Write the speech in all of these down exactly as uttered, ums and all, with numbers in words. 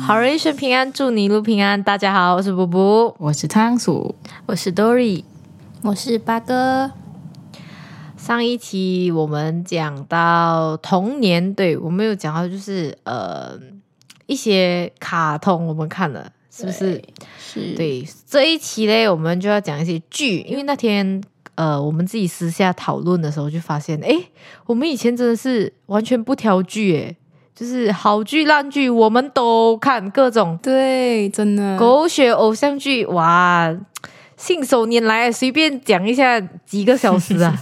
好人一生平安，祝你一路平安。大家好，我是布布， 我是仓鼠， 我是 Dory， 我是八哥。 上一期我们讲到童年，对，我们有讲到就是呃一些卡通我们看了，是不是？ 是。 对，这一期呢，我们就要讲一些剧，因为那天呃我们自己私下讨论的时候，就发现，哎，我们以前真的是完全不挑剧，哎。就是好剧烂剧我们都看，各种对，真的狗血偶像剧，哇，信手拈来，随便讲一下几个小时啊。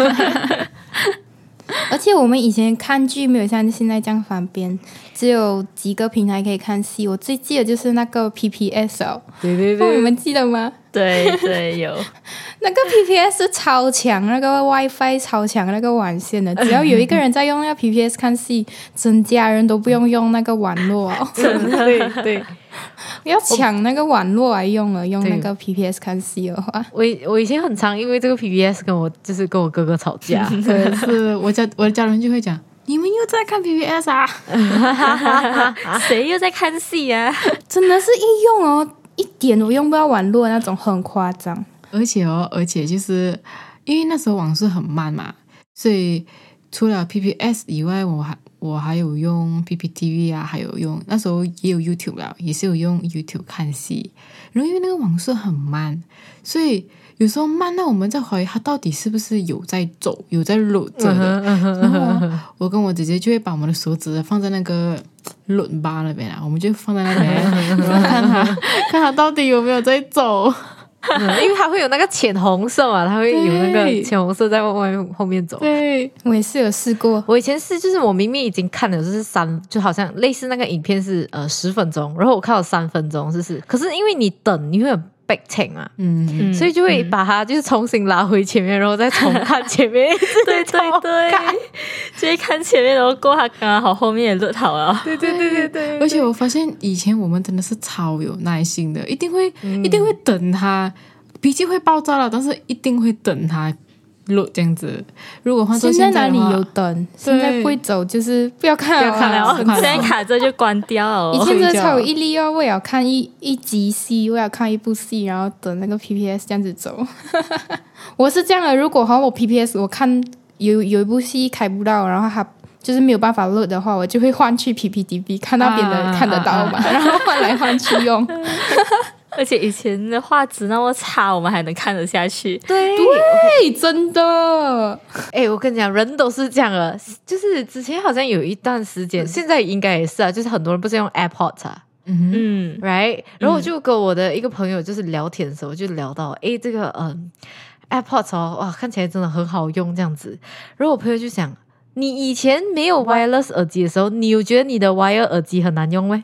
而且我们以前看剧没有像现在这样方便，只有几个平台可以看戏。我最记得就是那个 P P S 哦， 对对对， 你们记得吗？ 对对有那个 P P S 超强，那个 WiFi 超强，那个网线的，只要有一个人在用那个 P P S 看戏，整家人都不用用那个网络哦。 真的对对， 要抢那个网络来用了，用那个 P P S 看戏的话， 我我以前很常因为这个 P P S 跟我就是跟我哥哥吵架， 可是我家我的家人就会讲，你们又在看 P P S 啊？ 谁又在看戏啊？ 真的是一用哦，一点都用不到网络那种，很夸张。 而且哦，而且就是因为那时候网速很慢嘛，所以除了 P P S 以外，我还我还有用 P P T V 啊，还有用那时候也有 YouTube 啦，也是有用 YouTube 看戏。然后因为那个网速很慢，所以有时候慢到我们在怀疑它到底是不是有在走，有在 load 着的。然后我跟我姐姐就会把我们的手指放在那个轮吧那边啊，我们就放在那边，然后看它看它到底有没有在走。 嗯、因为它会有那个浅红色嘛，它会有那个浅红色在外面后面走。 对，我也是有试过。 我以前是就是我明明已经看了，就是三，就好像类似那个影片是呃十分钟，然后我看了三分钟，就是可是因为你等，你会很 back 嘛，嗯，所以就会把它就是重新拉回前面，然后再重看前面。 对对对，就会看前面，然后过它刚刚好后面也录好了。 对对对对对， 而且我发现以前我们真的是超有耐心的，一定会、嗯、一定会等它，脾气会爆炸了，但是一定会等它录这样子。如果换做现在哪里有等？现在不会走，就是不要看了， 不要看了， 现在卡着就关掉了。 以前真的超有毅力哦，为了看一一集戏，为了看一部戏，然后等那个 P P S 这样子走。我是这样的，如果好我 P P S 我看有有一部戏开不到，然后它就是没有办法 load 的话，我就会换去 P P T V 看那边的、啊、看得到嘛，啊啊、然后换来换去用。 而且以前的画质那么差，我们还能看得下去。 对对，真的。 哎、欸，我跟你讲，人都是这样的，就是之前好像有一段时间，嗯、现在应该也是啊，就是很多人不是用 AirPods 啊。 嗯嗯 ，right， 然后我就跟我的一个朋友就是聊天的时候，就聊到，哎，这个嗯 AirPods 哦，哇，看起来真的很好用这样子。然后我朋友就想，你以前没有 wireless 耳机的时候，你有觉得你的 wire 耳机很难用吗？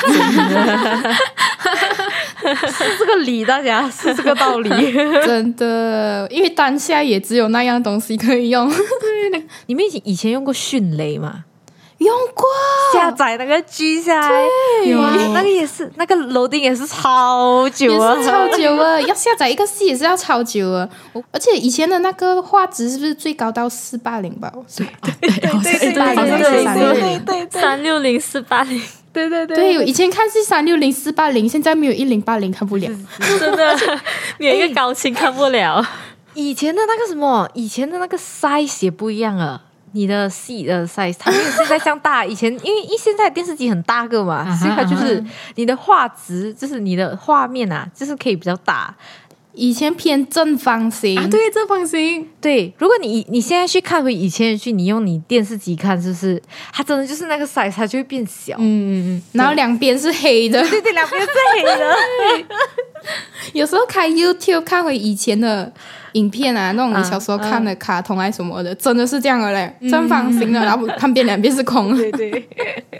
是这个理，大家是这个道理， 真的，因为当下也只有那样东西可以用。 对，你们以前用过迅雷吗？ 用过， 下载那个 G 下来， 对， 哇，那个也是，那个 loading 也是超久啊， 也是超久啊，要下载一个戏也是要超久啊。而且以前的那个画质是不是最高到四八零吧？ 对对对对对对对对，三六零四八零。 对对对， 对，以前看是三六零四八零，现在没有一零八零看不了， 真的，连一个高清看不了。 以前的那个什么，以前的那个 size 也不一样了。你的戏的 size 它没有现在像大，以前因为一现在电视机很大个嘛，所以它就是你的画质，就是你的画面啊，就是可以比较大。 以前偏正方形啊，对，正方形。 对，如果你你现在去看回以前的剧，你用你电视机看，是不是它真的就是那个 size， 它就会变小。 嗯嗯嗯，然后两边是黑的， 对对，两边是黑的。 有时候开 YouTube 看回以前的影片啊，那种你小时候看的卡通啊什么的，啊啊、真的是这样的嘞，正方形的，嗯、然后旁边两边是空的。 对对。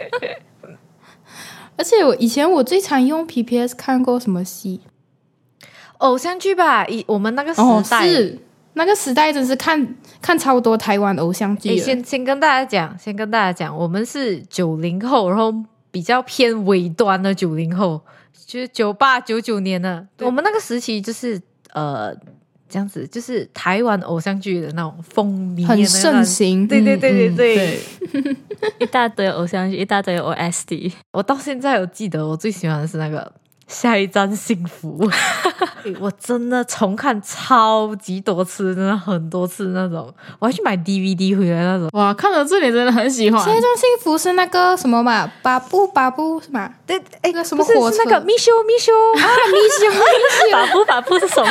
而且我以前我最常用 P P S 看过什么戏？ 偶像剧吧，以我们那个时代、 哦、是那个时代，真是看看超多台湾偶像剧。 先先跟大家讲，先跟大家讲，我们是九零后，然后比较偏尾端的九零后，就是九八九九年的。我们那个时期就是呃。 这样子，就是台湾偶像剧的那种风靡， 很盛行。 对对对对对， 嗯对一大堆偶像剧，一大堆 O S D。 我到现在有记得，我最喜欢的是那个下一站幸福，我真的重看超级多次，真的很多次那种，我还去买 D V D 回来那种。 哇，看到这里真的很喜欢。 现在幸福是那个什么嘛？巴布巴布是吗？ 对， 那个什么不是火车是那个咪修咪修啊， 咪修把布把布是什么？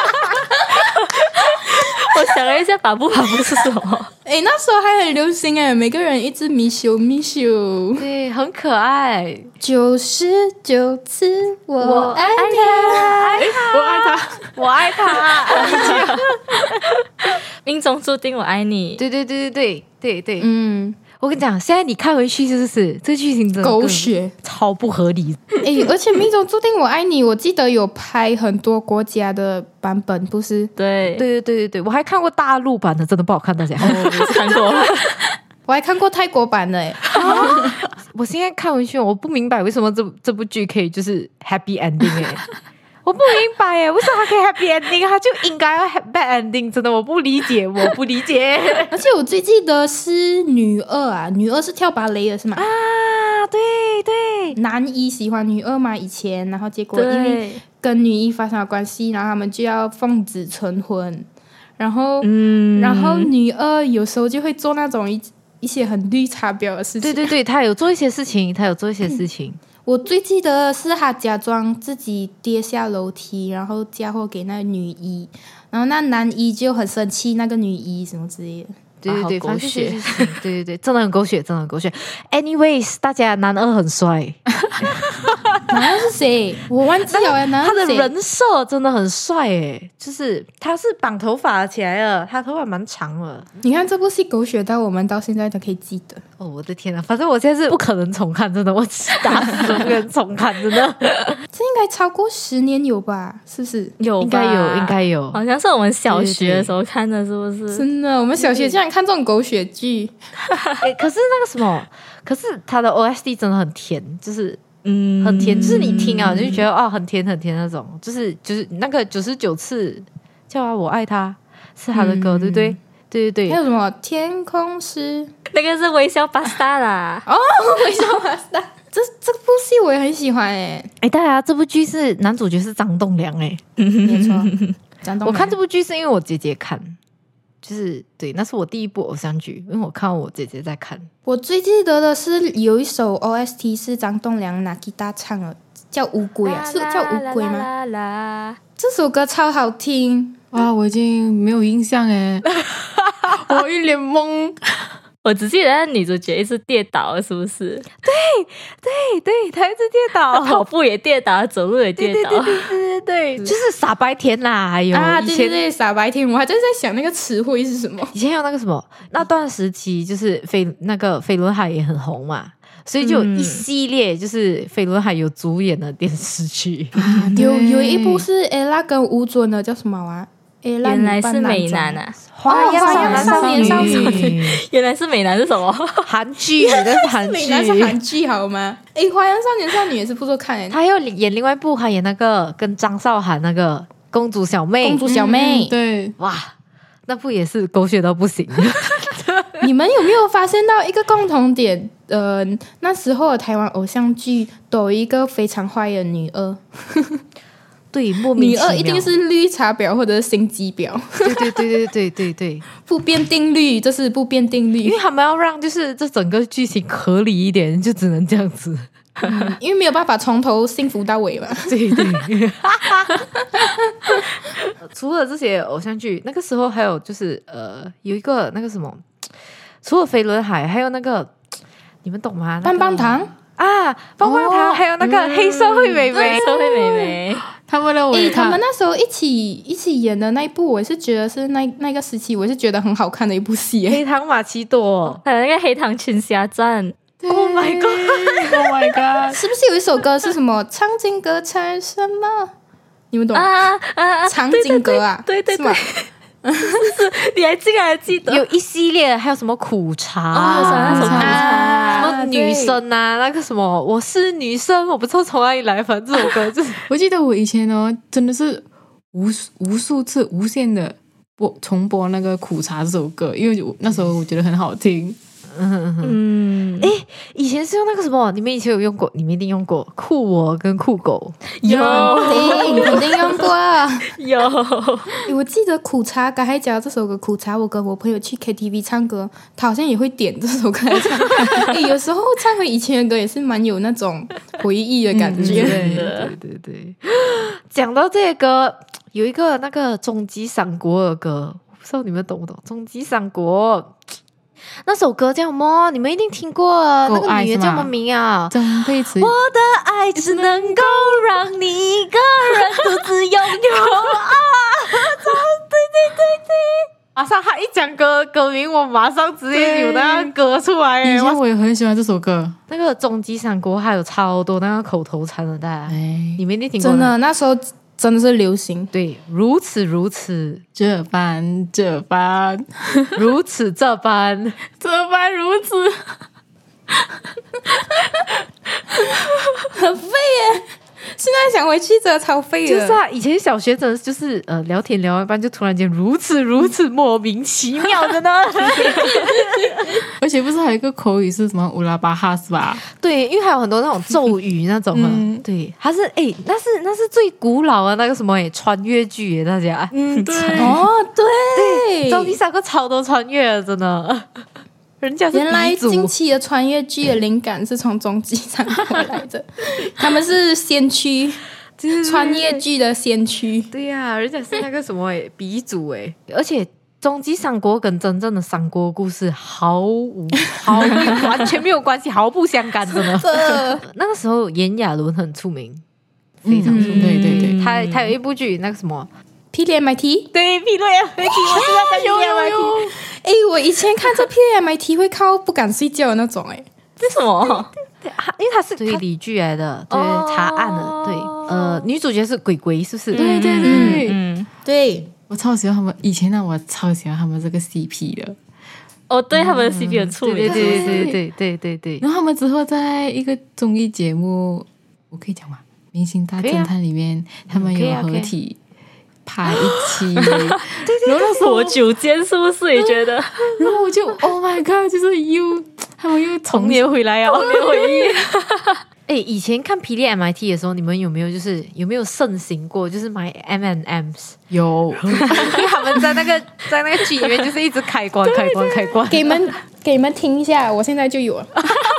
我想了一下，把布把布是什么？ 哎，那时候还很流行哎，每个人一直咪修咪修。 对，很可爱。 九十九次我爱他， 我爱他， 我爱他， 命中注定我爱你。 对对对对对对对， 嗯， 我跟你讲，现在你看回去是不是这剧情真的狗血， 超不合理？ 哎，而且命中注定我爱你，我记得有拍很多国家的版本，不是？ 对对对对对对，我还看过大陆版的，真的不好看，大家。 我没看过。 我还看过泰国版的哎。 我现在看回去，我不明白为什么这这部剧可以就是 happy ending 哎、我不明白哎，为什么它可以 happy ending，它就应该要 bad ending，真的我不理解，我不理解。 而且我最记得是女二啊，女二是跳芭蕾的是吗？ 啊，对对， 男一喜欢女二嘛，以前，然后结果因为对， 跟女一发生了关系，然后他们就要奉子成婚，然后， 嗯， 然后女二有时候就会做那种一一些很绿茶婊的事情。 对对对，他有做一些事情，他有做一些事情。 我最记得的是他假装自己跌下楼梯，然后嫁祸给那个女一，然后那男一就很生气，那个女一什么之类的。 对对对， 啊好狗反正血就是对对对，真的很狗血，真的很狗血。Anyways，大家男二很帅， 男二是谁？我忘记了哎，男他的二是谁？ 人设真的很帅诶，就是他是绑头发起来了，他头发蛮长了。 你看这部戏狗血到我们到现在都可以记得。 哦，我的天啊！反正我现在是不可能重看，真的，我打死都不可能重看，真的。 这应该超过十年有吧？是不是？ 有吧应该有，应该有。 好像是我们小学的时候看的，是不是？ 真的，我们小学竟然看这种狗血剧。 诶可是那个什么，可是他的 O S D 真的很甜，就是嗯， 很甜，就是你听啊，你就觉得哦，很甜很甜那种，就是就是那个九十九次叫啊，我爱他是他的歌，对不对？对对对， 还有什么天空是那个是微笑巴斯达啦。 哦，微笑巴斯达。这这部戏我也很喜欢诶， 哎，大家这部剧是男主角是张栋梁哎， 没错。张栋梁我看这部剧是因为我姐姐看，就是对，那是我第一部偶像剧，因为我看我姐姐在看。 我最记得的是有一首 O S T 是张栋梁拿吉他唱的，叫《乌龟》啊，是叫《乌龟》吗？ 啦啦啦这首歌超好听。 哇，我已经没有印象哎，我一脸懵。 我只记得那女主角一直跌倒了，是不是？ 对对，他一直跌倒， 跑步也跌倒，走路也跌倒。 对对对对，就是傻白甜啦，还有啊， 以前对对对，傻白甜，我还在在想那个词汇是什么。 以前还有那个什么，那段时期就是飞那个飞轮海也很红嘛，所以就有一系列就是飞轮海有主演的电视剧。 啊有对有一部是 ella 跟吴尊的，叫什么啊？ella 原来是美男啊！ 啊！ 花样花样少年少女原来是美男是什么？ 韩剧，那是韩美男是剧。 韩剧好吗？诶，花样少年少女也是不错看诶。 他又演另外一部，还演那个跟张韶涵那个公主小妹， 公主小妹嗯，对， 哇，那部也是狗血到不行。 你们有没有发现到一个共同点？呃，那时候的台湾偶像剧都有一个非常坏的女二， 对，莫名女其妙。 二一定是绿茶婊或者是心机婊， 对对对对对对对， 不变定律，这是不变定律因为，他们要让就是这整个剧情合理一点，就只能这样子。 因为没有办法从头幸福到尾嘛。 对对。除了这些偶像剧，那个时候还有就是呃，有一个那个什么，除了飞轮海，还有那个你们懂吗？那个棒棒糖啊，棒棒糖，还有那个黑社会美眉。 社会美眉， 他们的我诶， 也看他们，那时候一起一起演的那一部，我也是觉得是那那个时期，我也是觉得很好看的一部戏。诶， 黑糖玛奇朵。 还有那个黑糖群侠传。 Oh my god！Oh my god！ 是不是有一首歌是什么唱金歌唱什么？你们懂吗？ 啊啊啊！ 长金歌啊， 对对对是吗？ 你还竟然还记得？ 有一系列，还有什么苦茶哦那首苦茶什啊么女生啊，那个什么我是女生，我不知道从哪里来，反正这首歌就是我记得我以前哦，真的是无无数次无限的播重播那个苦茶这首歌，因为我那时候我觉得很好听。 嗯嗯嗯。 嗯， 哎，以前是用那个什么？你们以前有用过？你们一定用过酷我跟酷狗。 有肯定肯定用过啊！ 有， 诶我记得苦茶刚才讲这首歌，苦茶，我跟我朋友去 K T V 唱歌，他好像也会点这首歌来唱。诶有时候唱回以前的歌也是蛮有那种回忆的感觉。 嗯对对对。讲到这个歌，有一个那个终极三国的歌，我不知道你们懂不懂？终极三国。那首歌叫什么？你们一定听过啊，那个女的叫什么名啊？ 曾沛慈。 我的爱只能够让你一个人独自拥有啊！对对对对，马上他一讲歌歌名，我马上直接有那个歌出来。 以前我也很喜欢这首歌。 那个终极三国还有超多那个口头禅的，大家哎， 你们一定听过。 真的，那时候真的是流行。 对，如此如此这般这般如此这般这般如此， 很废耶！现在想回去真的超废的。 就是啊，以前小学真的就是呃聊天聊一半就突然间如此如此莫名其妙的呢。 而且不是还有一个口语是什么乌拉巴哈是吧？ 对，因为还有很多那种咒语那种啊， 嗯对，它是哎，那是那是最古老的那个什么哎穿越剧耶，大家， 嗯，对。 哦，对， 终极三国超多穿越的，真的，人家是原来鼻祖近期的穿越剧的灵感是从终极三国来的，他们是先驱，穿越剧的先驱。 对呀、啊，人家是那个什么哎鼻祖哎，而且终极三国跟真正的三国故事毫无毫无完全没有关系，毫不相干，真的。 这那个时候炎亚纶很出名，非常出名。 嗯对对对， 他他有一部剧，那个什么， P D M I T， 对 P D M I T， 我知道在 P D M I T。 哎，我以前看这 P D M I T 会靠不敢睡觉的那种，哎， 为什么？ 他因为他是推理剧来的，对， 哦查案的，对，呃，女主角是鬼鬼，是不是？ 对对对， 嗯， 对， 我超喜欢他们。以前呢，我超喜欢他们这个 C P 的。 哦，对，他们的 C P 很出名， 对对对对对对对对。 然后他们之后在一个综艺节目，我可以讲吗？《明星大侦探》里面，他们有合体拍一期，对对，然后那时候活久间是不是？你觉得？ 然后我就 Oh my God，就是又他们又童年回来啊， 童年回忆。 哎，以前看 P D M I T 的时候，你们有没有就是有没有盛行过，就是买 M and M's？ 有， 因为他们在那个在那个剧里面就是一直开关开关开关。 给你们给你们听一下，我现在就有了。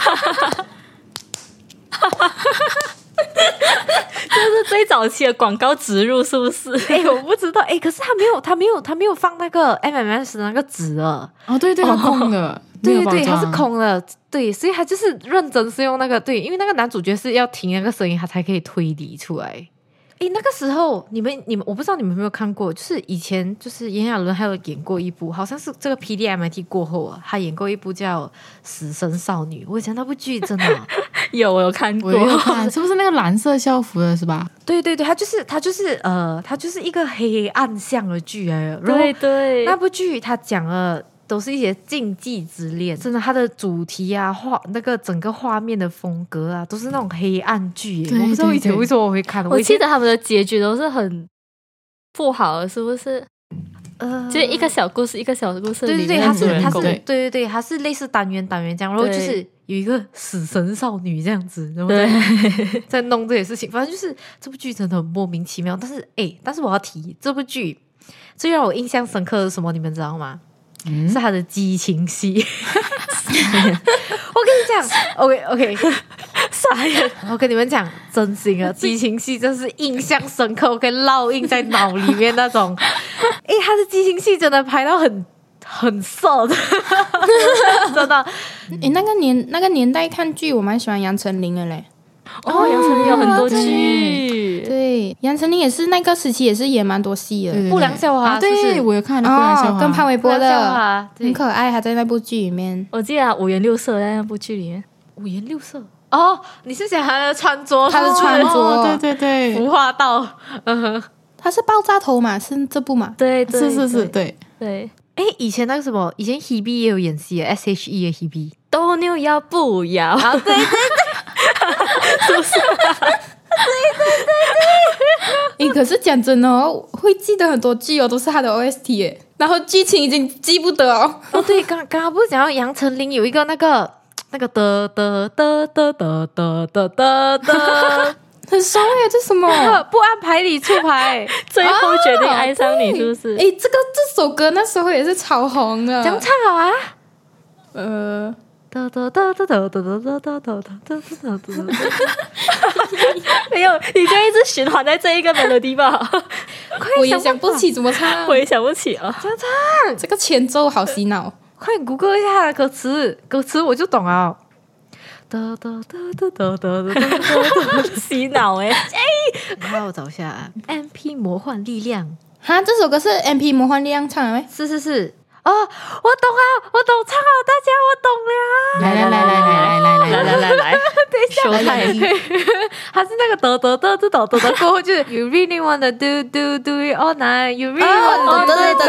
就是最早期的广告植入，是不是？ 哎，我不知道，哎，可是他没有他没有他没有放那个 M and M's 的那个纸了。 哦，对对，它空的， 对对对， 没有包装它是空的，对，所以他就是认真是用那个对，因为那个男主角是要听那个声音，他才可以推理出来。诶，那个时候你们你们，我不知道你们有没有看过，就是以前就是炎亚纶还有演过一部，好像是这个 P D M I T 过后啊，他演过一部叫《死神少女》，我以前那部剧真的、啊， 有，我有看过我。也有看，是不是那个蓝色校服的是吧？ 对对对，他就是他就是呃，他就是一个黑暗向的剧来的，然后对对， 那部剧他讲了。都是一些禁忌之恋，真的，它的主题啊，画那个整个画面的风格啊，都是那种黑暗剧耶。 对我不知道以前对对为什么我会看， 我以前记得他们的结局都是很不好的，是不是？ 呃， 就是一个小故事，一个小故事对对对， 里面它是它是的主人公对对对，它是类似单元单元这样，然后对就是有一个死神少女这样子，然后对在在弄这些事情，反正就是这部剧真的很莫名其妙。但是哎，但是我要提这部剧最让我印象深刻的是什么，你们知道吗？ 嗯是他的激情戏。我跟你讲 ，OK OK，傻眼。我跟你们讲，真心啊，激情戏真是印象深刻，我可以烙印在脑里面那种。诶，他的激情戏真的拍到很很色的，真的。 诶，那个年那个年代看剧，我蛮喜欢杨丞琳的嘞。 哦，杨丞琳有很多对剧， 对，杨丞琳也是那个时期也是演蛮多戏的。 对对对不良校花啊， 是不是对我有看那不良校哦， 花， 跟潘玮柏不良校的， 花对很可爱，他在那部剧里面。 我记得啊五颜六色在那部剧里面。 五颜六色。哦，你是讲他的穿着？ 他的穿着哦，对对对， 服化道。嗯哼。 他是爆炸头嘛，是这部嘛？ 对对是是是， 对对， 对， 哎，以前那个什么，以前 Hebe 也有演戏的 ，S H E 的 Hebe。 斗牛要不要？ 啊，对对对， 是不是？ 诶，可是讲真的哦，会记得很多剧哦，都是他的 O S T 耶，然后剧情已经记不得哦。 哦，对，刚刚刚不是讲到杨丞琳有一个那个那个的的的的的的的的的， 很熟耶，这什么？ 不按牌理出牌， 最后决定爱上你，是不是？ 诶，这个这首歌那时候也是超红的， 怎样唱好啊？ 呃， 哒哒哒哒哒哒哒哒哒哒哒哒哒。 没有，你就一直循环在这一个 melody 吧。 我也想不起怎么唱， 我也想不起啊。 这个前奏好洗脑。 快点谷歌一下它的歌词，歌词我就懂了。哒哒哒哒哒哒哒哒， 洗脑哎！ 让我找一下 M P 魔幻力量。 哈，这首歌是 M P 魔幻力量唱的没？ 是是是。哦，我懂啊，我懂唱好，大家我懂了。 来来来来来来来来来来来， 等一下， 来来来他是那个得得得得得得得过后就是 You really wanna do do do it all night, You really wanna do do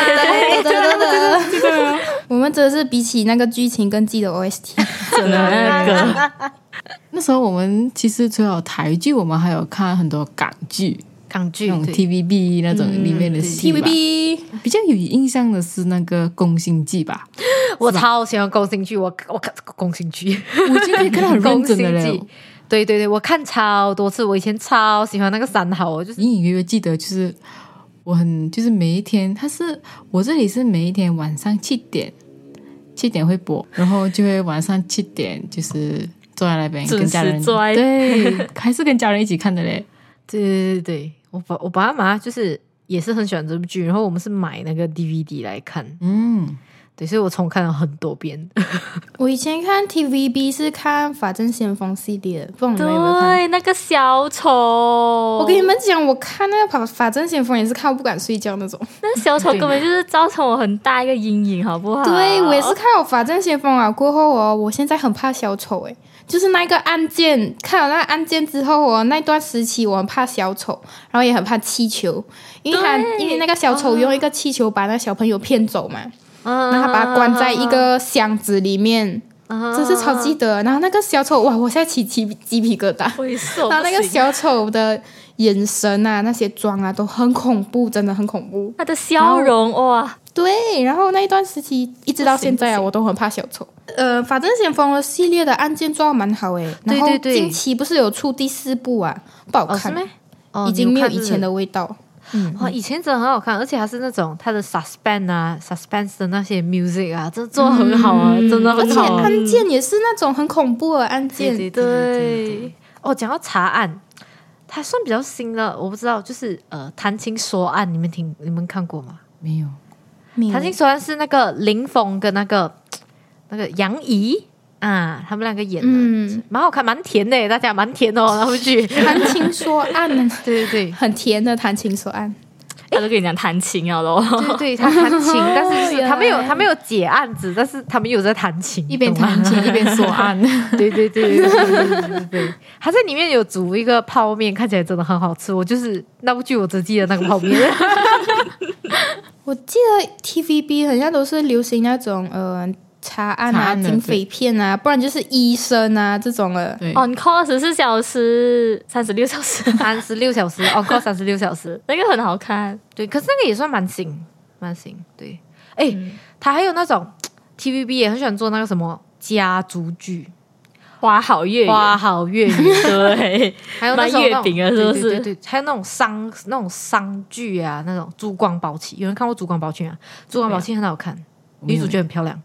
do do do。 我们真的是比起那个剧情更记得 O S T， 真的那个。 那时候我们其实除了台剧，我们还有看很多港剧。 港剧那种 T V B 那种里面的戏吧、 T V B 比较有印象的是那个《宫心计》吧， 我超喜欢宫心剧，我我看宫心剧， 我觉得看得很认真的嘞。 对对对，我看超多次，我以前超喜欢那个三好，我就是隐隐约约记得，就是我很就是每一天，它是我这里是每一天晚上七点七点会播，然后就会晚上七点就是坐在那边跟家人对，还是跟家人一起看的嘞。 对对对对，我爸我爸妈就是也是很喜欢这部剧，然后我们是买那个 D V D 来看， 嗯， 对，所以我重看了很多遍。 我以前看 T V B 是看《法证先锋》系列的，不知道你们有没有看？ 对，那个小丑， 我跟你们讲，我看那个法《法证先锋》也是看我不敢睡觉那种。 那小丑根本就是造成我很大一个阴影，好不好？ 对，我也是看我《法证先锋》啊，过后哦，我现在很怕小丑诶。就是那个案件，看了那个案件之后哦，那段时期我很怕小丑，然后也很怕气球，因为他因为那个小丑用一个气球把那小朋友骗走嘛， 嗯， 然后他把他关在一个箱子里面， 嗯真是超记得。然后那个小丑哇，我现在起鸡鸡皮疙瘩。 我也是，我然后那个不行小丑的眼神啊，那些妆啊，都很恐怖，真的很恐怖。 他的笑容哇， 对，然后那一段时期一直到现在啊，我都很怕小丑。呃，法证先锋的系列的案件做得蛮好诶，然后对对对近期不是有出第四部啊，不好哦是看， 咩？哦已经没有你看以前的味道。嗯， 哦，以前真的很好看，而且还是那种它的 suspense 啊，suspense 的那些 music 啊，真的做得很好啊， 嗯真的而且很好啊。 案件也是那种很恐怖的案件。 对对对对对。哦，讲到查案，它算比较新的，我不知道，就是呃，谈情说案，你们听你们看过吗？ 没有， 没有谈情说案是那个林峰跟那个那个杨怡啊，他们两个演的， 嗯， 蛮好看，蛮甜的耶，大家蛮甜的哦，那部剧。 谈情说案， 对对对很甜的谈情说案。 他都跟你讲弹琴了咯。 对对，他弹琴，但是就是原来他没有他没有解案子，但是他们有在弹琴， 一边懂吗弹琴一边说案。 对对对对对对对对对，他在里面有煮一个泡面，看起来真的很好吃。我就是那部剧，我只记得那个泡面。 我记得 T V B 好像都是流行那种呃查案啊、 查案的警匪片啊，不然就是医生啊这种的。 对， On call 二十四小时，三十六小时， 三十六小时，哦，过三十六小时， 那个很好看。 对，可是那个也算蛮新，蛮新。对，哎，他还有那种 T V B 也很喜欢做那个什么家族剧， 花好月圆， 花好月圆， 对， 还有那种卖月饼啊那种是不是对对对对，还有那种商那种商剧啊，那种珠光宝气，有人看过珠光宝气吗？珠光宝气很好看，女主角很漂亮。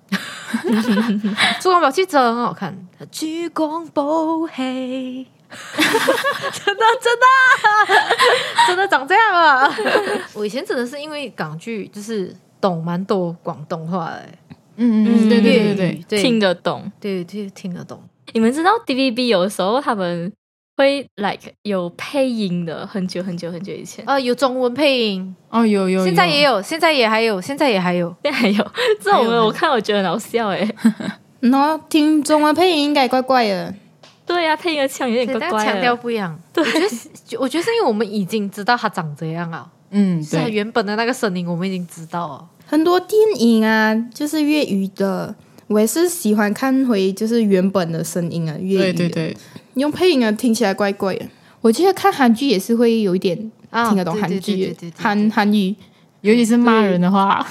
珠光宝气真的很好看，珠光宝气，真的真的真的长这样啊！我以前真的是因为港剧就是懂蛮多广东话的， 嗯嗯，对对对对对， 听得懂。 对对听得懂。 你们知道 D V B 有时候他们会 like 有配音的，很久很久很久以前， 呃，有中文配音， 哦，有有， 现在也有，现在也还有，现在也还有。 现在还有这种的，我看我觉得很好笑哎。 然后听中文配音应该怪怪的。 对呀、啊，配音的腔有点对， 怪怪但腔调的。 不一样。我觉得是，我觉得是因为我们已经知道他长这样了， 嗯， 是他对， 原本的那个声音，我们已经知道了。 很多电影啊，就是粤语的，我也是喜欢看回就是原本的声音啊，粤语的对对对， 用配音的听起来怪怪的。 我记得看韩剧也是会有一点啊听得懂对对韩剧对对对对韩韩语。 尤其是骂人的话，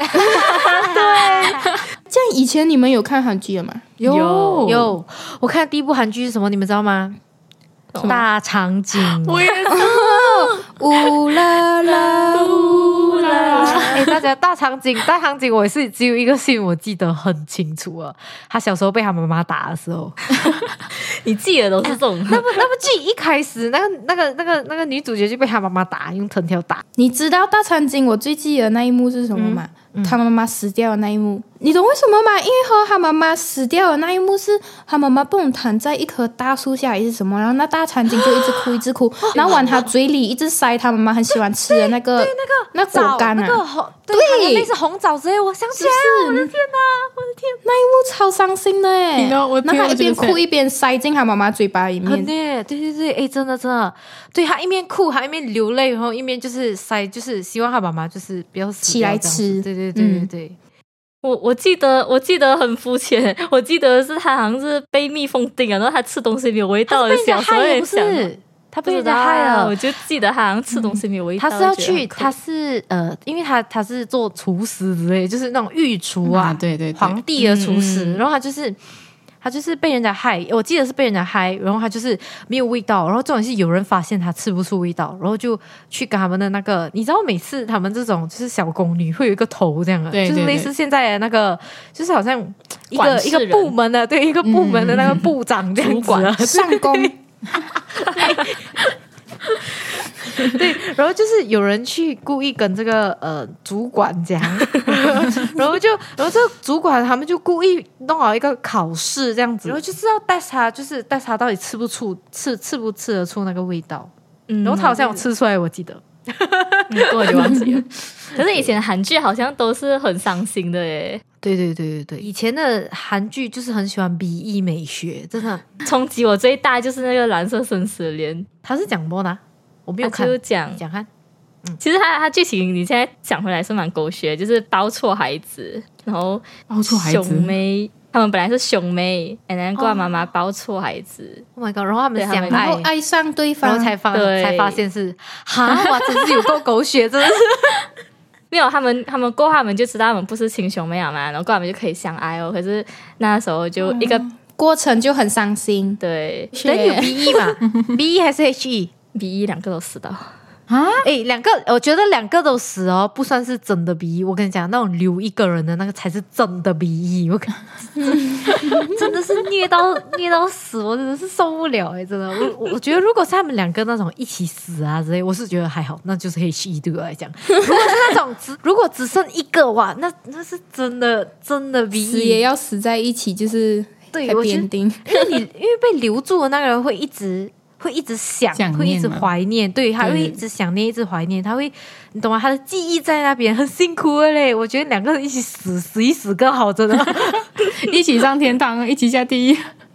这样以前你们有看韩剧了吗？ 有有，我看的第一部韩剧是什么？你们知道吗？大长今。 我也是， 乌啦啦乌啦， 哎，大家大长今，大长今，我也是只有一个戏我记得很清楚了。他小时候被他妈妈打的时候， 你记得都是这种。 那部那部剧一开始，那个那个那个那个女主角就被他妈妈打，用藤条打。 你知道大长今我最记得那一幕是什么吗？ 嗯嗯他妈妈死掉的那一幕，你懂为什么吗？因为和他妈妈死掉的那一幕是他妈妈不懂躺在一棵大树下还是什么，然后那大长今就一直哭一直哭，然后往他嘴里一直塞他妈妈很喜欢吃的那个那果干啊， 那个红，对， 对它的类似红枣之类，我想起来了，我的天哪，我的天， 那一幕超伤心的哎！ 你知道我听那他一边我觉得哭一边塞进他妈妈嘴巴里很面， 虐，对对对，哎，真的真的，对他一面哭，还一面流泪，然后一面就是塞，就是希望他妈妈就是不要死起来掉这样子吃对对对对对。 我我记得我记得很肤浅，我记得是他好像是被蜜蜂叮了，然后他吃东西没有味道的，小时候也不想。 是，他被人不知道家害了， 我就记得他好像吃东西没有味道。 他是要去， 觉得很可他是呃，因为他他是做厨师之类，就是那种御厨啊， 啊对对对皇帝的厨师， 嗯嗯然后他就是他就是被人家害，我记得是被人家害，然后他就是没有味道，然后重点是有人发现他吃不出味道，然后就去跟他们的那个，你知道每次他们这种就是小宫女会有一个头这样的， 对对就是类似现在的那个，就是好像一个一个管事人部门的，对一个部门的那个部长这样子啊， 上宫对，然后就是有人去故意跟这个呃主管讲，然后就然后这个主管他们就故意弄好一个考试这样子，然后就是要带他，就是带他到底吃不出吃吃不吃得出那个味道， 嗯然后他好像有吃出来，我记得。 嗯我就忘记了。可是以前的韩剧好像都是很伤心的耶， 对对对对对，以前的韩剧就是很喜欢 B E 美学，真的。 冲击我最大就是那个蓝色生死恋， 他是讲播的，我没有看， 他就讲你讲看。 其实他他剧情你现在讲回来是蛮狗血，就是包错孩子，然后包错孩子兄妹他们本来是兄妹，然后妈妈包错孩子， Oh my god！然后他们对他们相爱然后，爱上对然方后，才发对才发现是哈，哇，真是有够狗血，真的是。 没有他们他们过后他们就知道他们不是亲兄妹了嘛，然后过后他们就可以相爱哦。可是那时候就一个、 过程就很伤心。 对等于有 B E 嘛？B E 还是 H E？ B 一两个都死到， 啊， 哎，两个，我觉得两个都死哦，不算是真的 B E。我跟你讲，那种留一个人的那个才是真的 B E。我看真的是虐到虐到死，我真的是受不了哎，真的。我我觉得如果是他们两个那种一起死啊之类，我是觉得还好，那就是 H E 对我来讲。如果是那种只如果只剩一个哇，那那是真的真的 B 死也 E。 要死在一起，就是对，我 happy 觉得 ending。 因为你因为被留住的那个人会一直会一直想， 想念会一直嘛怀念，对，他会一直想念，一直怀念，他会，你懂吗？他的记忆在那边，很辛苦的嘞。我觉得两个人一起死，死一死更好，真的。 一起上天堂，一起下地狱。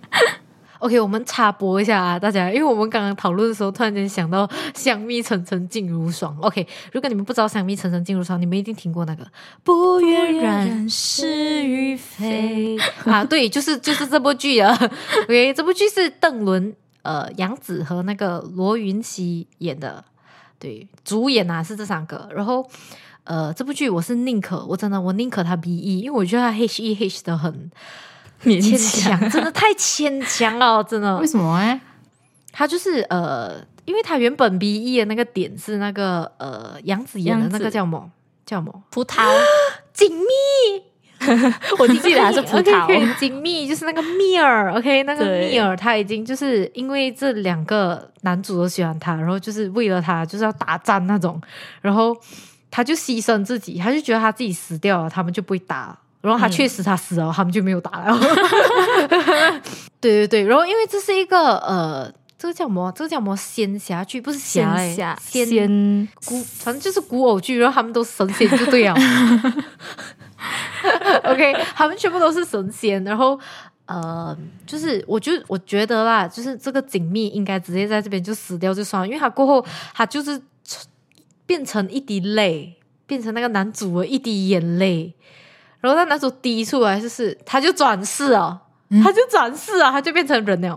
OK，我们插播一下啊，大家，因为我们刚刚讨论的时候，突然间想到“香蜜沉沉烬如霜”。OK，如果你们不知道“香蜜沉沉烬如霜”，你们一定听过那个“不愿染是与非”啊，对，就是就是这部剧啊。OK，这部剧是邓伦、呃杨紫和那个罗云熙演的，对，主演啊是这三个。然后呃，这部剧我是宁可，我真的我宁可他 B E，因为我觉得他 H E H 的很。 勉牵强强，真的太牵强了，真的为。什么哎？ 他就是呃，因为他原本 B E 的那个点是那个呃杨紫演的那个杨紫叫什么叫什么葡萄， 锦觅， 我就记得还是葡 OK， 萄。 可以锦觅就是那个蜜儿 ，OK， 那个对蜜儿他已经就是因为这两个男主都喜欢他，然后就是为了他就是要打仗那种，然后他就牺牲自己，他就觉得他自己死掉了，他们就不会打了。然后他确实他死了，嗯、他们就没有打了。对对对，然后因为这是一个呃，这个叫什么？这个叫什么仙侠剧？不是侠仙侠仙仙古，反正就是古偶剧，然后他们都神仙就对了。OK，他们全部都是神仙，然后。呃，就是我就我觉得啦，就是这个锦觅应该直接在这边就死掉就算了，因为他过后他就是变成一滴泪，变成那个男主的一滴眼泪。然后那男主滴出来，就是他就转世了，嗯、他就转世了，他就变成人了。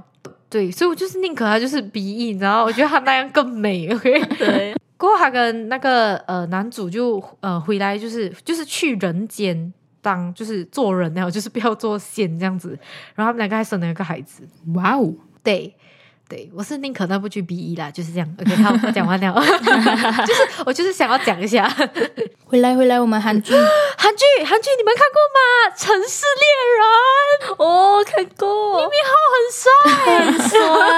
对，所以我就是宁可他就是 B E， 你知道，我觉得他那样更美。OK， 对， 过后他跟那个呃男主就呃回来，就是就是去人间当就是做人，然后就是不要做仙这样子。然后他们两个还生了一个孩子。 哇哦， 对。对，我是宁可那部剧 B E 啦，就是这样。OK， 好，我讲完了。就是我就是想要讲一下， 回来回来，我们韩剧， 韩剧韩剧你们看过吗？《城市猎人》 哦，看过， 李敏镐很帅， 很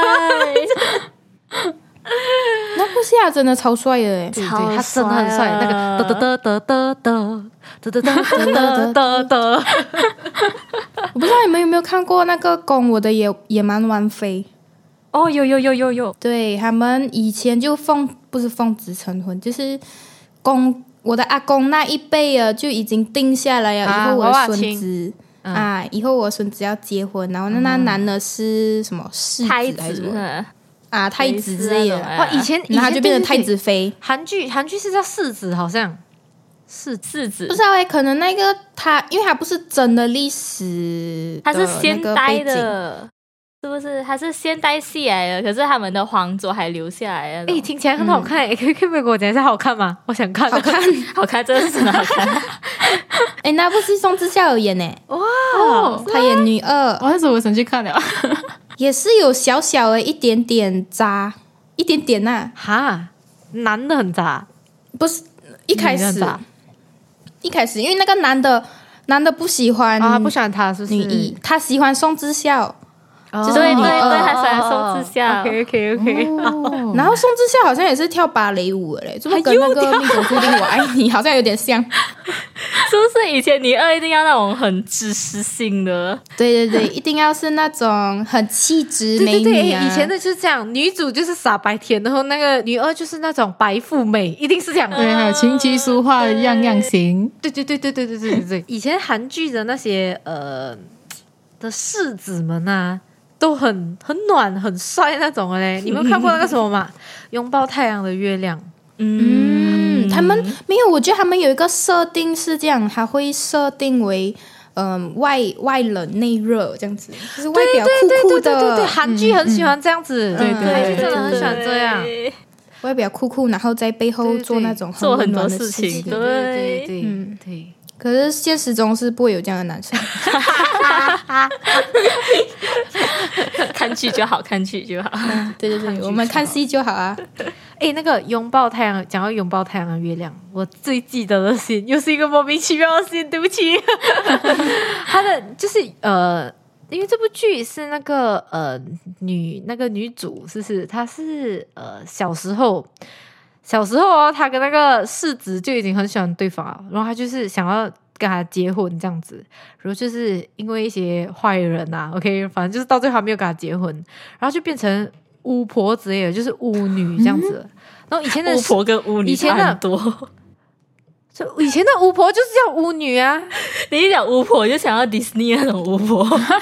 帅， 那部戏啊真的超帅的诶。 对对， 超他真的很帅， 帅啊那个得得得得得得得得得得得。 我不知道你们有没有看过那个《宫我的野野蛮王妃》？ 哦，有有有有有， 对他们以前就奉不是奉子成婚，就是公我的阿公那一辈啊就已经定下来了， 啊以后我的娃娃孙亲子、 嗯啊，以后我孙子要结婚，然后那那男的是什么世子太还是什么子呢？ 啊太子之类的， 哇，以前以然后他前就变成太对对对子妃。 韩剧韩剧是叫世子，好像世子世子不知道哎、可能那个他，因为他不是真的历史的它是现代那个背景， 的，是不是？它是现代戏来的，可是他们的皇族还留下来了。 哎，听起来很好看哎，可以可以跟我讲一下好看吗？我想看， 好看。 好看，真的是很好看。 哎，那部是宋智孝有演呢， 哇！ 他演女二， 我那时候我想去看了。 也是有小小的一点点渣，一点点呐、 哈，男的很渣， 不是一开始女的很渣， 一开始因为那个男的男的不喜欢啊，不喜欢他是不是？ 女一，他喜欢宋智孝， 哦就是女对对对， 二他喜欢宋智孝。 OK OK OK， 哦然后宋智孝好像也是跳芭蕾舞的嘞，这么跟那个《命中注定我爱你》好像有点像。 是不是以前女二一定要那种很知识性的？ 对对对，一定要是那种很气质对美对对， 女啊。 诶以前的就是这样，女主就是傻白甜，然后那个女二就是那种白富美，一定是这样的。 对，还有琴棋书画样样行。 对对对对对对对对对，以前韩剧的那些呃的世子们啊，都很很暖很帅那种的嘞。你们有看过那个什么吗？拥抱太阳的月亮。 嗯，他们没有，我觉得他们有一个设定是这样，他会设定为嗯、呃外外冷内热这样子，就是外表酷酷的， 对对对对，韩剧很喜欢这样子， 对对韩剧对真的很喜欢这样。 对外表酷酷，然后在背后对对做那种做很多温暖的事情情。 对对对嗯对， 可是现实中是不会有这样的男生。 看剧就好，看剧就好。 对对对，我们看戏就好啊。 哎，那个拥抱太阳，讲到拥抱太阳的月亮，我最记得的戏又是一个莫名其妙的戏，对不起。他的就是呃，因为这部剧是那个呃女那个女主，是不是？她是呃小时候小时候哦，她跟那个世子就已经很喜欢对方了，然后她就是想要跟他结婚这样子，然后就是因为一些坏人啊 ，OK， 反正就是到最后还没有跟他结婚，然后就变成巫婆之类的，就是巫女这样子。然后以前的巫婆跟巫女以前的差很多。 就以前的巫婆就是叫巫女啊， 你一讲巫婆，就想要迪士尼那种巫婆，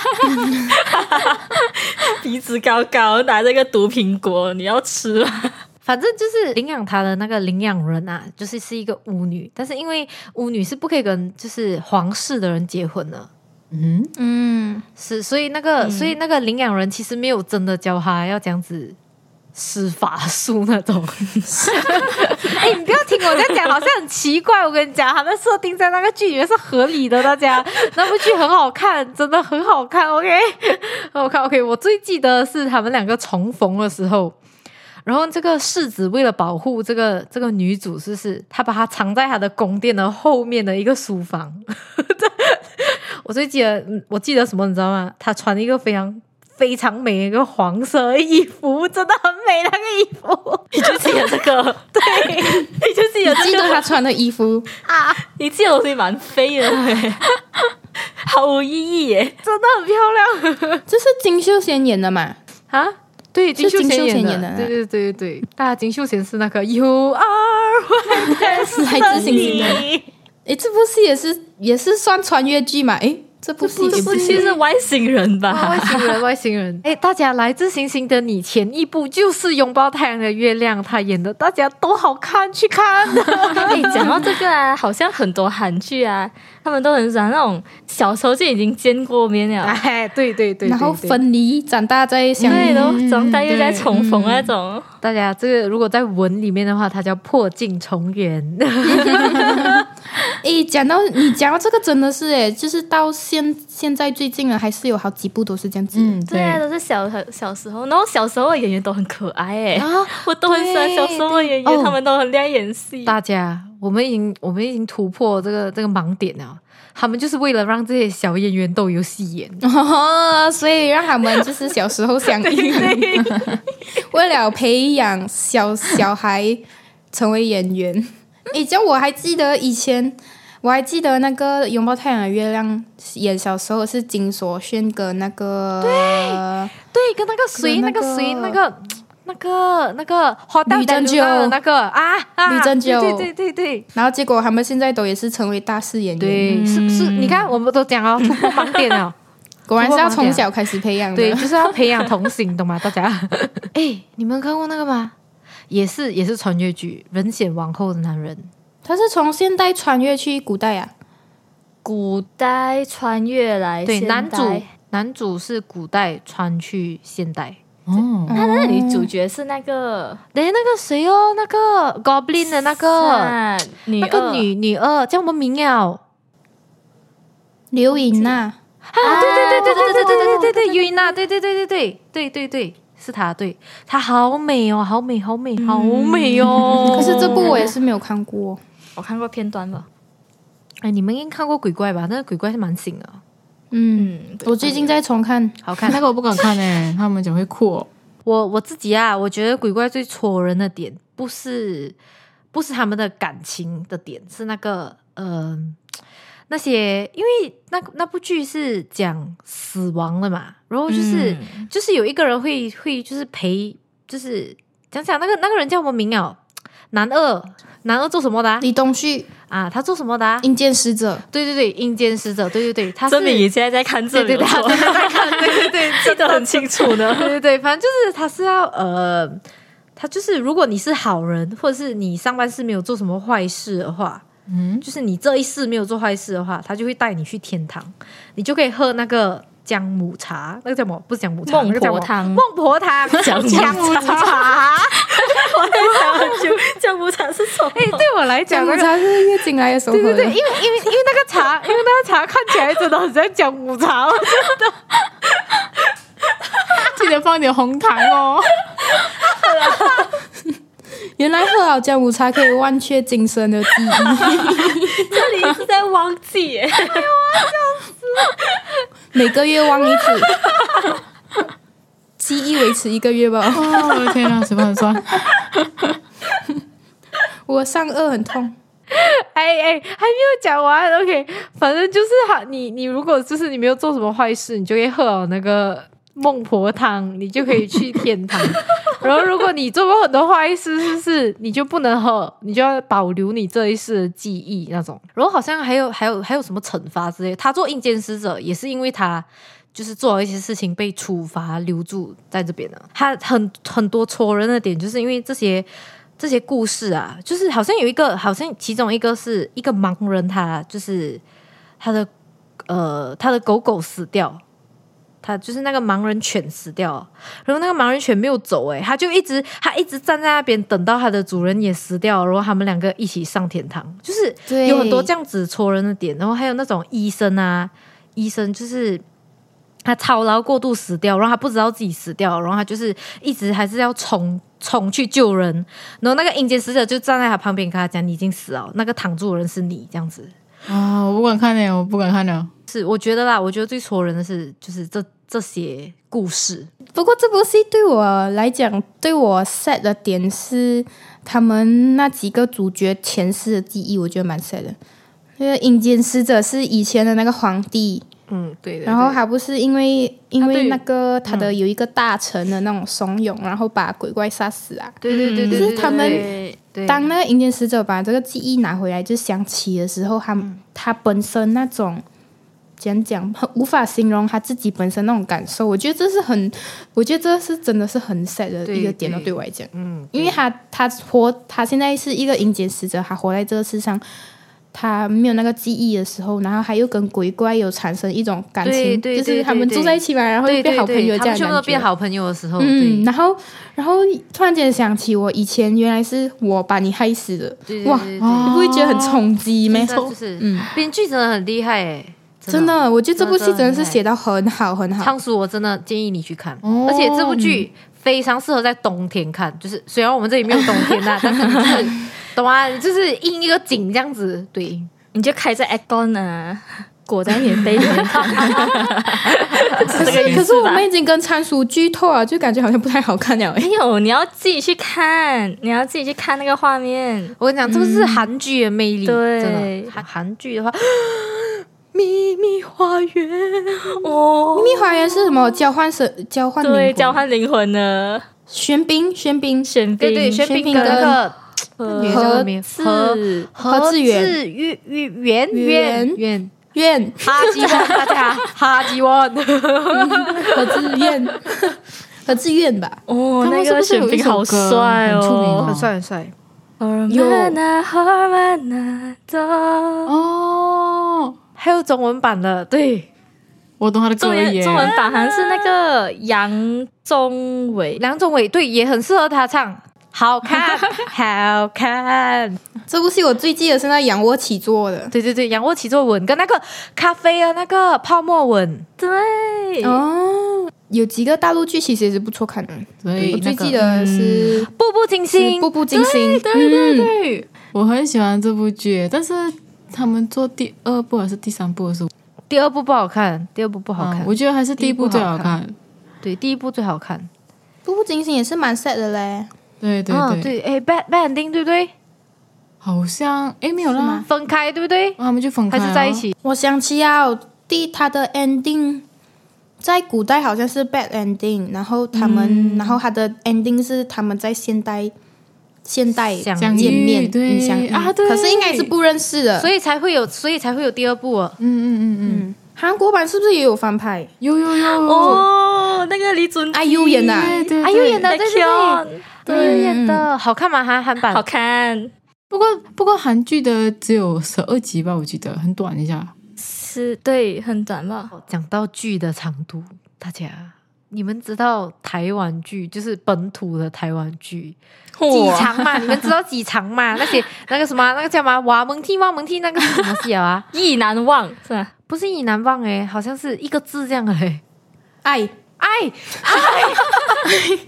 鼻子高高，拿着个毒苹果，你要吃吗？ 反正就是领养她的那个领养人啊，就是是一个巫女，但是因为巫女是不可以跟就是皇室的人结婚的。 嗯， 嗯， 是，所以那个，所以那个领养人其实没有真的教他要这样子施法术那种。哎、你不要听我在讲，好像很奇怪。我跟你讲，他们设定在那个剧里面是合理的，大家那部剧很好看，真的很好看。OK， 很好看。OK， 我最记得是他们两个重逢的时候。然后这个世子为了保护这个这个女主，是不是他把她藏在他的宫殿的后面的一个书房？我最记得，我记得什么你知道吗？她穿一个非常非常美的一个黄色的衣服，真的很美那个衣服。 你就记得这个，对，你就记得记这个得他穿的衣服， 啊， 你记得东西蛮飞的，欸毫无意义耶。 真的很漂亮这是金秀贤演的嘛？ 啊！对，金秀金秀贤演的， 贤演的对对对对对，大家金秀贤是那个 You Are My 来自星星的。诶，这部戏也是也是算穿越剧嘛？诶， 这部戏这部戏是外星人吧？ 外星人，外星人。哎，大家，来自星星的你前一部就是拥抱太阳的月亮，他演的大家都好看，去看。 哎，讲到这个啊，好像很多韩剧啊，他们都很喜欢那种小时候就已经见过面了， 哎，对对对， 然后分离，长大再相对， 遇， 然后长大又再重逢那种。 大家这个如果在文里面的话，它叫破镜重圆。 诶，讲到你讲到这个真的是诶，就是到现现在最近了，还是有好几部都是这样子。 嗯， 对啊， 对， 都是小小时候，然后小时候的演员都很可爱诶， 啊我都很喜欢小时候的演员， 对对他们都很厉害演戏。 大家，我们已经我们已经突破这个这个盲点了。他们就是为了让这些小演员都有戏演， 哦，所以让他们就是小时候相遇，为了培养小小孩成为演员。诶，这样我还记得以前，我还记得那个《拥抱太阳的月亮》演小时候是金所炫跟那个对，跟那个谁，那跟那个个谁，那个那个那个花旦吕珍九的那个啊啊， 吕珍九对对对对对。 然后结果他们现在都也是成为大势演员， 对，是是，你看，我们都讲了突破盲点了， 果然是要从小开始培养的。 对，就是要培养童心，懂吗？大家，哎，你们看过那个吗？也是也是穿越剧，人显王后的男人， 他是从现代穿越去古代啊。 古代穿越来对， 现代男主男主是古代穿去现代。 哦， 他的女主角是那个对，那个谁哦，那个 Goblin 的那个啊女那个二女女二叫什么名呀？ 刘颖娜， 啊，对对对对对对对对对对，尤伊娜，对对对对对对对对，是她，对她好美哦，好美，好美，好美哦。 可是这部我也是没有看过。 我看过片段了。 哎，你们应该看过鬼怪吧？那个鬼怪是蛮新的， 嗯， 嗯， 我最近在重看， 好看。 那个我不敢看诶，他们讲会哭哦。 我我自己啊，我觉得鬼怪最戳人的点不是不是他们的感情的点，是那个呃那些，因为那那部剧是讲死亡的嘛，然后就是、 嗯就是有一个人会会就是陪，就是讲讲那个那个人叫什么名啊？男二，男二做什么的啊？ 李东旭啊他做什么的啊？ 阴间使者， 对对对，阴间使者，对对对，他是证明你现在在看这里， 对对对，他我真的在看，对对对， 记得很清楚呢。 对对对，反正就是他是要呃，他就是如果你是好人，或者是你上半世没有做什么坏事的话， 嗯， 就是你这一世没有做坏事的话，他就会带你去天堂，你就可以喝那个姜母茶，那个叫什么？不是姜母茶， 孟那个叫什么婆汤孟婆汤，姜母茶。 我在想很久，姜母茶是什么？ 哎，对我来讲， 姜母那个茶是月经来的时候喝的。 对对对，因为因为因为那个茶，因为那个茶看起来真的很像姜母茶， 记得放点红糖哦。 原来喝好姜母茶可以忘却今生的记忆。 这里是在忘记耶， 每个月忘一次，记忆维持一个月吧。 哦，我的天啊，什么很酸？ 我上颚很痛。 哎哎，还没有讲完。OK， 反正就是哈，你你如果就是你没有做什么坏事，你就可以喝好那个孟婆汤，你就可以去天堂。然后如果你做过很多坏事，是不是你就不能喝，你就要保留你这一世的记忆那种。然后好像还有还有还有什么惩罚之类的，他做阴间使者也是因为他就是做了一些事情被处罚留住在这边的。他很很多戳人的点，就是因为这些。这些故事啊，就是好像有一个，好像其中一个是一个盲人，他就是他的呃他的狗狗死掉，他就是那个盲人犬死掉，然后那个盲人犬没有走，诶，他就一直他一直站在那边等到他的主人也死掉，然后他们两个一起上天堂，就是对有很多这样子戳人的点，然后还有那种医生啊，医生就是。他操劳过度死掉，然后他不知道自己死掉，然后他就是一直还是要冲冲去救人，然后那个阴间使者就站在他旁边跟他讲：“你已经死了，那个躺住的人是你。”这样子啊，我不敢看呢，我不敢看了。 是我觉得啦，我觉得最戳人的是就是这这些故事。 不过这部戏对我来讲，对我 sad 的点是他们那几个主角前世的记忆，我觉得蛮 sad 的。那个阴间使者是以前的那个皇帝。 嗯，对的。 然后还不是因为因为那个他的嗯有一个大臣的那种怂恿，然后把鬼怪杀死啊。 对对对对， 就是他们对对当那个阴间使者把这个记忆拿回来就想起的时候，他、 嗯他本身那种讲讲，很无法形容他自己本身那种感受。我觉得这是很，我觉得这是真的是很 sad 的一个点了，对我来讲。 嗯， 因为他他活，他现在是一个阴间使者，他活在这个世上，他没有那个记忆的时候，然后他又跟鬼怪有产生一种感情， 对对对就是他们住在一起嘛，然后对对又变好朋友对，他们全部这样的感觉。 都变好朋友的时候， 嗯， 对然后然后突然间想起我以前原来是我把你害死的，哇， 对对对对你不会觉得很冲击吗？ 真的就是， 嗯编剧真的很厉害哎， 真的，我觉得这部戏真的是真的写到很好很好。 仓鼠我真的建议你去看， 哦而且这部剧非常适合在冬天看，就是虽然我们这里没有冬天呐、但是就是懂吗？就是映一个景这样子，对。 你就开在 aircon 啊，裹在棉被里面看，是这个意可是思吧？ 我们已经跟仓鼠剧透了，就感觉好像不太好看了。哎， 没有，你要自己去看，你要自己去看那个画面。 我跟你讲，这个是韩剧的魅力， 对真的。韩韩剧的话，秘密花园哦， 秘密花园是什么？交换神，交换灵对， 魂交换灵魂的玄彬，玄彬， 玄彬， 对对，玄彬跟那个女何叫名何是何志远志远远远远愿哈基旺，大家哈基旺， 何志愿，何志愿吧？ 哦，那个他们是不是玄彬好有一首歌帅很出名哦哦， 帅很帅。 有哦， 哦， 还有中文版的，对， 我懂他的中歌耶。 文中文版好像是那个杨宗纬， 梁宗伟对，也很适合他唱，好看，好看。 这部戏我最记得是那仰卧起坐的。 对对对，仰卧起坐吻跟那个咖啡的那个泡沫吻， 对， 哦，有几个大陆剧其实也是不错看的。 对我最那个记得是《 步步惊心， 步步惊心》。 对对对嗯对。 我很喜欢这部剧，但是他们做第二部还是第三部的时候， 第二部不好看，第二部不好看， 嗯我觉得还是第一部最好看。 对，第一部最好看。 步步惊心也是蛮 sad 的嘞。 对对嗯， 对， 对，哎，bad bad ending 对不对？ 好像诶没有啦是吗， 分开对不对？ 他们就分开了还是在一。起？ 我想起啊，第他的 ending 在古代好像是 bad ending，然后他们，然后他的 ending 是他们在现代现代相相见面遇对相遇啊对可是应该是不认识的。 所以才会有，所以才会有第二部啊。 嗯嗯嗯嗯， 嗯，韩国版是不是也有翻拍？ 有有有哦，那个李准基 I U 演的啊对对， 哎呦演的，对对对， Baekhyun 哎呦演的好看吗？韩韩版好看， 不过不过韩剧的只有十二集吧，我记得很短一下。 是对，很短吧？ 讲到剧的长度，大家你们知道台湾剧就是本土的台湾剧几长嘛？你们知道几长嘛？那些那个什么那个叫什么瓦蒙蒂瓦蒙蒂那个是什么戏啊？ 意难忘是吧？ 不是意难忘诶，好像是一个字这样的诶。 爱爱爱，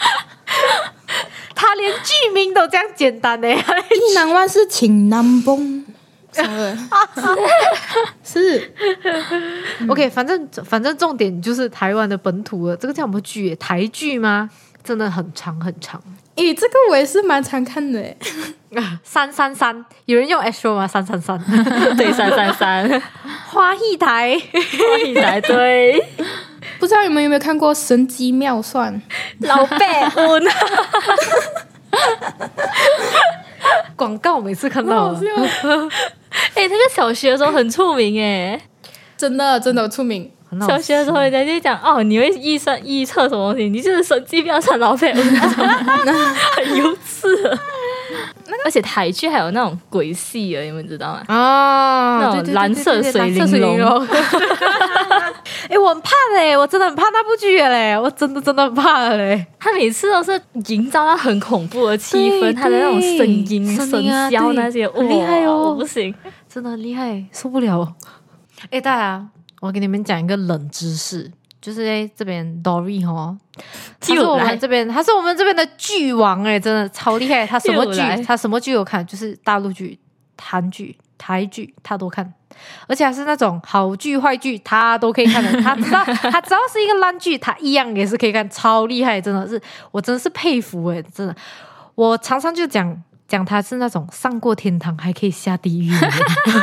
他连剧名都这样简单呢。 意难忘是情难崩，什么的是 OK，反正反正重点就是台湾的本土的这个叫什么剧耶？台剧吗？真的很长很长。 诶，这个我也是蛮常看的诶。 三三三，有人用 Astro 吗？三三三， 对，三三三， 花艺台， 欢迎来对不知道你们有没有看过《神机妙算》？ 老贝温， 广告每次看到了， 哎，那个小学的时候很出名哎， 真的真的出名。 很好小学的时候人家就讲哦，你会预算预测什么东西？你就是神机妙算老贝温，很幼稚。而且台剧还有那种鬼戏啊，你们知道吗？ 啊， 那种对对对对蓝色水对对蓝色玲珑珑。哎，我很怕嘞，我真的很怕那部剧的嘞，我真的真的很怕了嘞。 他每次都是营造到很恐怖的气对氛，他的那种声音、 声声音啊对效那些， 很厉害哦哇我不行。 真的很厉害，受不了。哎，大家，我给你们讲一个冷知识，就是在这边 Dory 哦，他是我又来们这边，他是我们这边的剧王哎，真的超厉害。他什么剧又来？ 他什么剧有看？就是大陆剧、韩剧、台剧，他都看。而且还是那种好剧坏剧，他都可以看的。他知道，他只要是一个烂剧，他一样也是可以看，超厉害，真的是，我真的是佩服哎，真的。我常常就讲讲他是那种上过天堂还可以下地狱的人。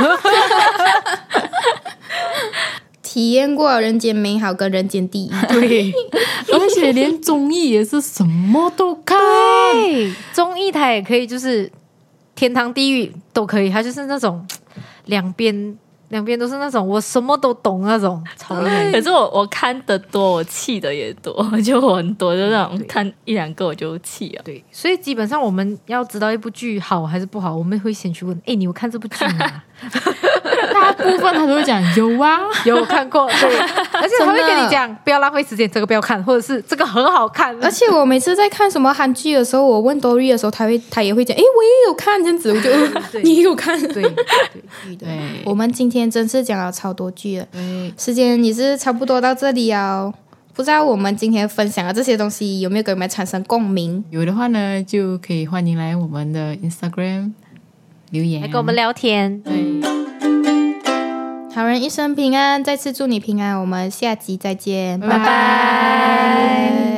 体验过人间美好跟人间地狱。 对， 而且连综艺也是什么都看。 对，综艺台也可以，就是天堂地狱都可以，他就是那种两边两边都是那种我什么都懂那种，超累。 可是我我看的多，我气的也多，就我很多就那种对看一两个我就气了。 对，所以基本上我们要知道一部剧好还是不好，我们会先去问：哎，你有看这部剧吗？ 大部分他都会讲有啊， 有看过，对，而且他会跟你讲不要浪费时间，这个不要看，或者是这个很好看。 而且我每次在看什么韩剧的时候，我问 Dory 的时候，他会他也会讲，诶，我也有看这样子，我就对你也有看。 对对对我们今天真是讲了超多剧了， 对， 时间也是差不多到这里哦。不知道我们今天分享的这些东西有没有给我们产生共鸣？ 有的话呢，就可以欢迎来我们的 Instagram 留言， 来跟我们聊天。 对， 好人一生平安，再次祝你平安，我们下集再见， 拜拜拜。